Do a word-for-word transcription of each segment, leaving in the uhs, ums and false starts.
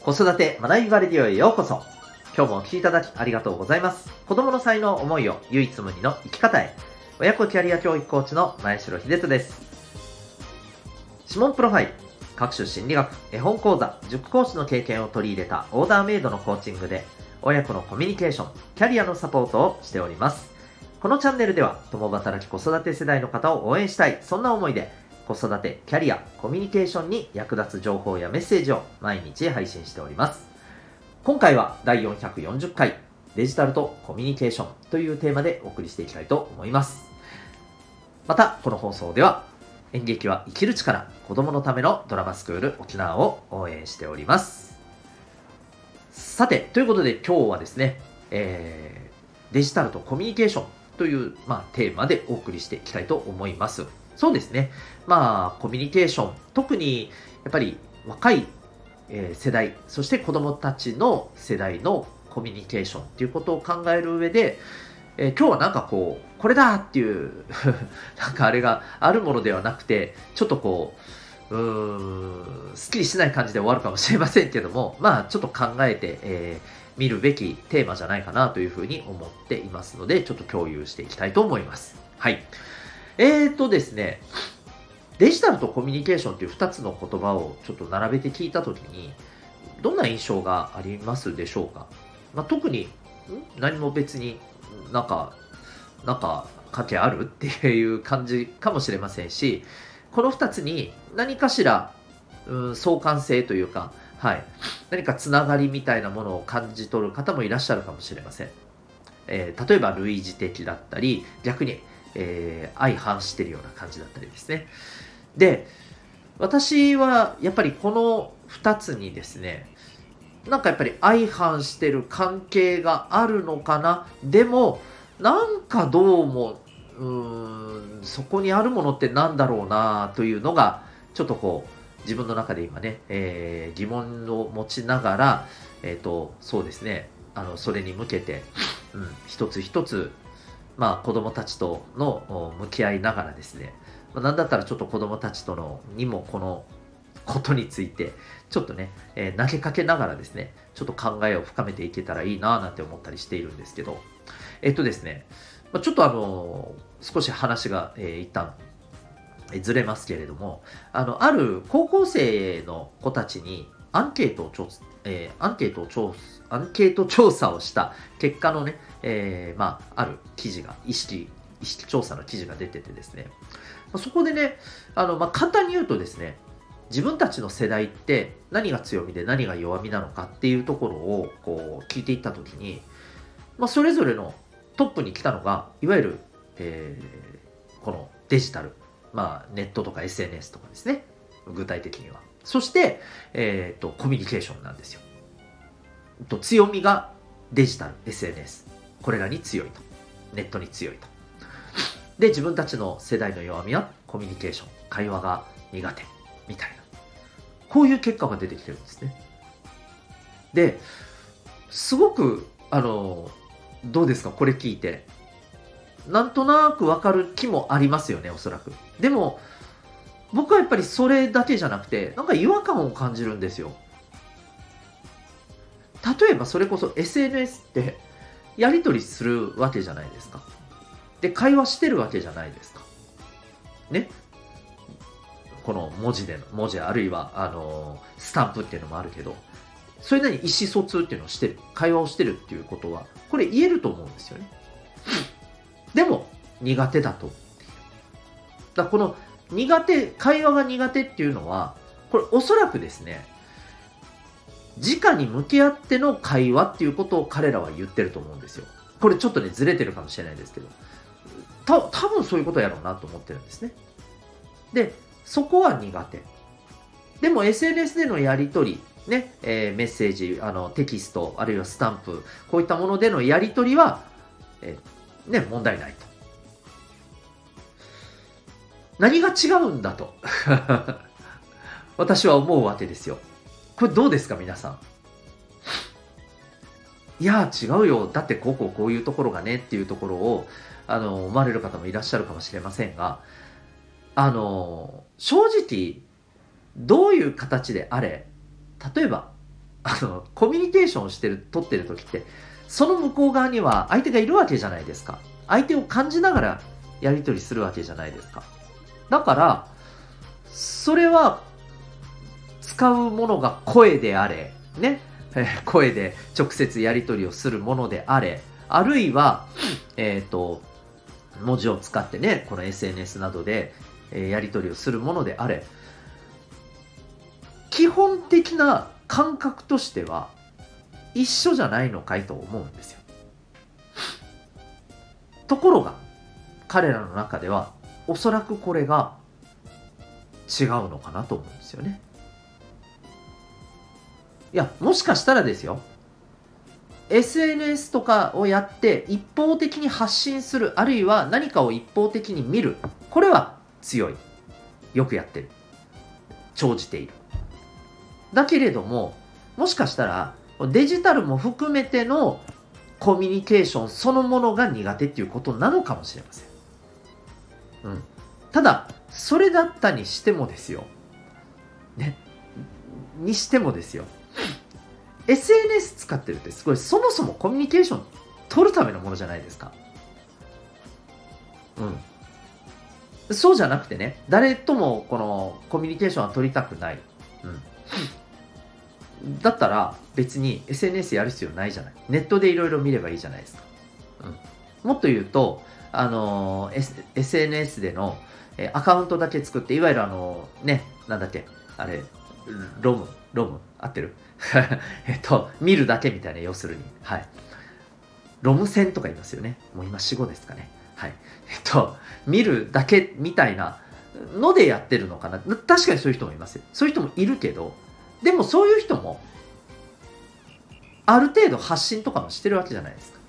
子育て学びバレディオへようこそ。今日もお聞きいただきありがとうございます。子供の才能、思いを唯一無二の生き方へ。親子キャリア教育コーチの前城秀人です。指紋プロファイル、各種心理学、絵本講座、塾講師の経験を取り入れたオーダーメイドのコーチングで親子のコミュニケーション、キャリアのサポートをしております。このチャンネルでは共働き子育て世代の方を応援したい、そんな思いで子育て、キャリア、コミュニケーションに役立つ情報やメッセージを毎日配信しております。今回はだいよんひゃくよんじゅっかいデジタルとコミュニケーションというテーマでお送りしていきたいと思います。またこの放送では演劇は生きる力、子供のためのドラマスクール沖縄を応援しております。さて、ということで今日はですね、えー、デジタルとコミュニケーションという、まあ、テーマでお送りしていきたいと思います。そうですね。まあ、コミュニケーション、特にやっぱり若い、えー、世代、そして子どもたちの世代のコミュニケーションっていうことを考える上で、えー、今日はなんかこう、これだっていう、なんかあれがあるものではなくて、ちょっとこう、うーん、すっきりしない感じで終わるかもしれませんけども、まあ、ちょっと考えて、えー、見るべきテーマじゃないかなというふうに思っていますので、ちょっと共有していきたいと思います。はい。えーとですね、デジタルとコミュニケーションというふたつの言葉をちょっと並べて聞いたときに、どんな印象がありますでしょうか。まあ、特に、ん何も別になんか、なんか関係あるっていう感じかもしれませんし、このふたつに何かしら、うん、相関性というか、はい、何かつながりみたいなものを感じ取る方もいらっしゃるかもしれません。えー、例えば類似的だったり、逆にえー、相反してるような感じだったりですね。で、私はやっぱりこのふたつにですね、なんかやっぱり相反してる関係があるのかな。でも、なんかどうも、うーん、そこにあるものってなんだろうなというのが、ちょっとこう、自分の中で今ね、えー、疑問を持ちながら、えっと、そうですね、あの、それに向けて、うん、一つ一つ、まあ子供たちとの向き合いながらですね、まあ、なんだったらちょっと子供たちとのにもこのことについてちょっとね、えー、投げかけながらですね、ちょっと考えを深めていけたらいいななんて思ったりしているんですけど、えっとですね、まあ、ちょっとあのー、少し話が、えー、一旦ずれますけれども、あのある高校生の子たちにアンケートを調査、えー、アンケートを調査、アンケート調査をした結果のね、えー、まあ、ある記事が、意識、意識調査の記事が出ててですね、そこでね、あの、まあ、簡単に言うとですね、自分たちの世代って何が強みで何が弱みなのかっていうところをこう聞いていったときに、まあ、それぞれのトップに来たのが、いわゆる、えー、このデジタル、まあ、ネットとか エスエヌエス とかですね、具体的には。そして、えー、とコミュニケーションなんですよ。と強みがデジタル、エスエヌエス。これらに強いと。ネットに強いと。で、自分たちの世代の弱みはコミュニケーション、会話が苦手、みたいな。こういう結果が出てきてるんですね。で、すごく、あの、どうですかこれ聞いて。なんとなくわかる気もありますよね、おそらく。でも、僕はやっぱりそれだけじゃなくて、なんか違和感を感じるんですよ。例えばそれこそ エスエヌエス ってやり取りするわけじゃないですか。で、会話してるわけじゃないですか。ね。この文字での、文字あるいは、あのー、スタンプっていうのもあるけど、それなりに意思疎通っていうのをしてる、会話をしてるっていうことは、これ言えると思うんですよね。でも、苦手だと。だからこの苦手、会話が苦手っていうのは、これおそらくですね、直に向き合っての会話っていうことを彼らは言ってると思うんですよ。これちょっとね、ずれてるかもしれないですけど、た多分そういうことやろうなと思ってるんですね。で、そこは苦手。でも エスエヌエス でのやり取り、ね、えー、メッセージ、あの、テキスト、あるいはスタンプ、こういったものでのやり取りは、えー、ね、問題ないと。何が違うんだと。私は思うわけですよ。これどうですか皆さん。いや違うよ、だってこうこうこういうところがねっていうところをあの思われる方もいらっしゃるかもしれませんが、あの正直どういう形であれ、例えばあの、コミュニケーションをしてる、取ってる時って、その向こう側には相手がいるわけじゃないですか。相手を感じながらやり取りするわけじゃないですか。だから、それは、使うものが声であれ、ね、えー声で直接やり取りをするものであれ、あるいは、えっと、文字を使ってね、この エスエヌエス などで、えーやり取りをするものであれ、基本的な感覚としては一緒じゃないのかいと思うんですよ。ところが、彼らの中では、おそらくこれが違うのかなと思うんですよね。いや、もしかしたらですよ、エスエヌエス とかをやって一方的に発信する、あるいは何かを一方的に見る。これは強い。よくやってる。長じている。だけれども、もしかしたらデジタルも含めてのコミュニケーションそのものが苦手っていうことなのかもしれません。うん。ただ、それだったにしてもですよ。ね。にしてもですよ。エスエヌエス 使ってるってすごい、そもそもコミュニケーション取るためのものじゃないですか。うん。そうじゃなくてね、誰ともこのコミュニケーションは取りたくない。うん。だったら別に エスエヌエス やる必要ないじゃない。ネットでいろいろ見ればいいじゃないですか。うん。もっと言うと、あのー、S、エスエヌエス での、えーアカウントだけ作って、いわゆるあのーね、なんだっけ、あれ、ロム、ロム、合ってるえっと、見るだけみたいな、要するに。はい。ロム線とか言いますよね。もう今死語ですかね。はい。えっと、見るだけみたいなのでやってるのかな。確かにそういう人もいますよ。そういう人もいるけど、でもそういう人も、ある程度発信とかもしてるわけじゃないですか。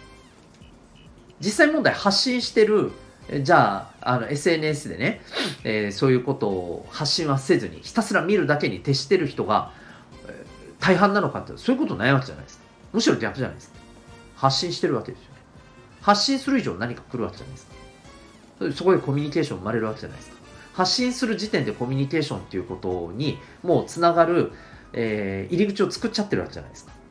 実際問題発信してる、じゃあ、あの エスエヌエス でね、えーそういうことを発信はせずに、ひたすら見るだけに徹してる人が、えー大半なのかって、そういうことないわけじゃないですか。むしろ逆じゃないですか。発信してるわけですよね。発信する以上何か来るわけじゃないですか。そそこでコミュニケーション生まれるわけじゃないですか。発信する時点でコミュニケーションっていうことにもうつながる、えー入り口を作っちゃってるわけじゃないですか。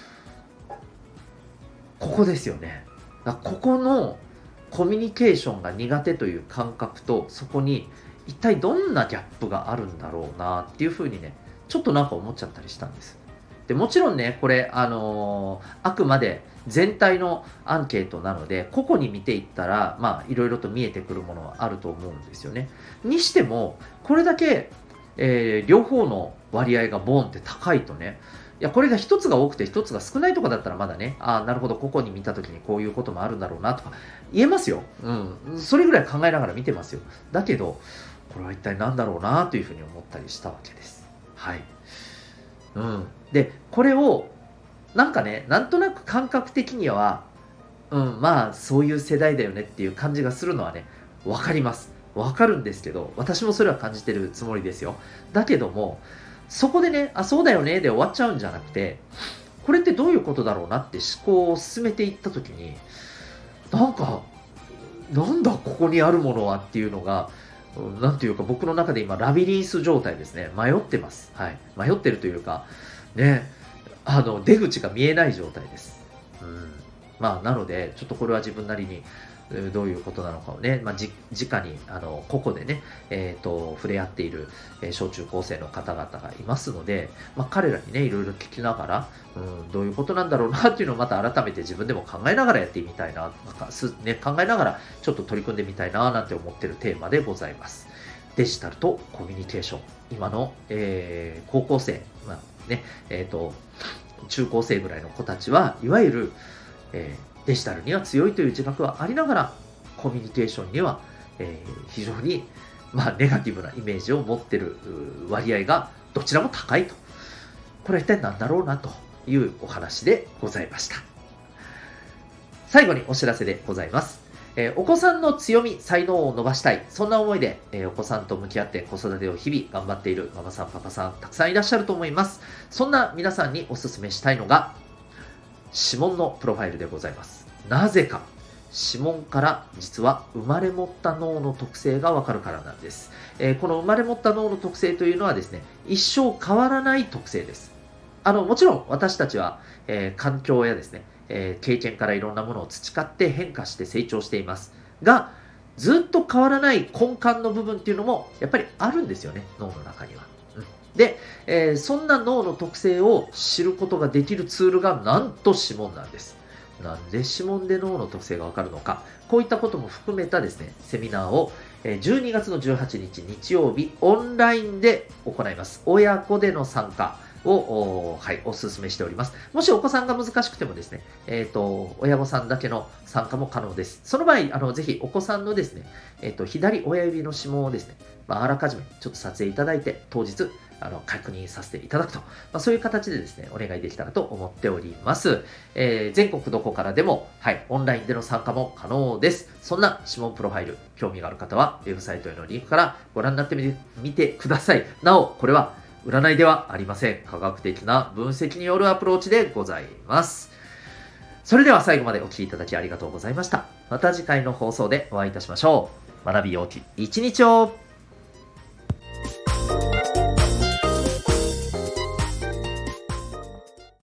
ここですよね。だからここのコミュニケーションが苦手という感覚と、そこに一体どんなギャップがあるんだろうなっていうふうにね、ちょっとなんか思っちゃったりしたんです。でもちろんね、これ、あのーあくまで全体のアンケートなので、個々に見ていったら、まあ、いろいろと見えてくるものはあると思うんですよね。にしても、これだけ、えー両方の割合がボーンって高いとね、いや、これが一つが多くて一つが少ないとかだったらまだね、ああ、なるほど、個々に見たときにこういうこともあるんだろうなとか言えますよ。うん。それぐらい考えながら見てますよ。だけど、これは一体何だろうなというふうに思ったりしたわけです。はい。うん。で、これを、なんかね、なんとなく感覚的には、うん、まあ、そういう世代だよねっていう感じがするのはね、わかります。わかるんですけど、私もそれは感じてるつもりですよ。だけども、そこでね、あ、そうだよね、で終わっちゃうんじゃなくて、これってどういうことだろうなって思考を進めていったときに、なんか、なんだここにあるものはっていうのが、うんなんていうか僕の中で今ラビリンス状態ですね。迷ってます。はい。迷ってるというか、ね、あの、出口が見えない状態です。うん。まあ、なので、ちょっとこれは自分なりに、えーどういうことなのかをね、まあ、じ、直に、あの、個々でね、えっと、触れ合っている、えー小中高生の方々がいますので、まあ、彼らにね、いろいろ聞きながら、うん、どういうことなんだろうなっていうのをまた改めて自分でも考えながらやってみたいな、かすね、考えながらちょっと取り組んでみたいななんて思ってるテーマでございます。デジタルとコミュニケーション。今の、えー高校生、まあね、えっと、中高生ぐらいの子たちは、いわゆる、えーデジタルには強いという自覚はありながら、コミュニケーションには、えー非常に、まあ、ネガティブなイメージを持っているう割合がどちらも高いと。これは一体何だろうなというお話でございました。最後にお知らせでございます。えーお子さんの強み、才能を伸ばしたい。そんな思いで、えーお子さんと向き合って子育てを日々頑張っているママさん、パパさん、たくさんいらっしゃると思います。そんな皆さんにお勧めしたいのが、指紋のプロファイルでございます。なぜか、指紋から実は生まれ持った脳の特性がわかるからなんです。えーこの生まれ持った脳の特性というのはですね、一生変わらない特性です。 あの、もちろん私たちは、えー環境やですね、えー経験からいろんなものを培って変化して成長しています。が、ずっと変わらない根幹の部分っていうのもやっぱりあるんですよね、脳の中には。うん、で、えーそんな脳の特性を知ることができるツールがなんと指紋なんです。なんで指紋で脳の特性がわかるのか、こういったことも含めたですね、セミナーをえーじゅうにがつのじゅうはちにち日曜日オンラインで行います。親子での参加を、おはい、お勧めしております。もしお子さんが難しくてもですね、えっ、と、親御さんだけの参加も可能です。その場合、あの、ぜひお子さんのですね、えっ、と、左親指の指紋をですね、まあ、あらかじめちょっと撮影いただいて、当日、あの、確認させていただくと、まあ、そういう形でですね、お願いできたらと思っております。えー全国どこからでも、はい、オンラインでの参加も可能です。そんな指紋プロファイル、興味がある方は、ウェブサイトへのリンクからご覧になってみてみてください。なお、これは占いではありません。科学的な分析によるアプローチでございます。それでは最後までお聞きいただきありがとうございました。また次回の放送でお会いいたしましょう。学びようき一日を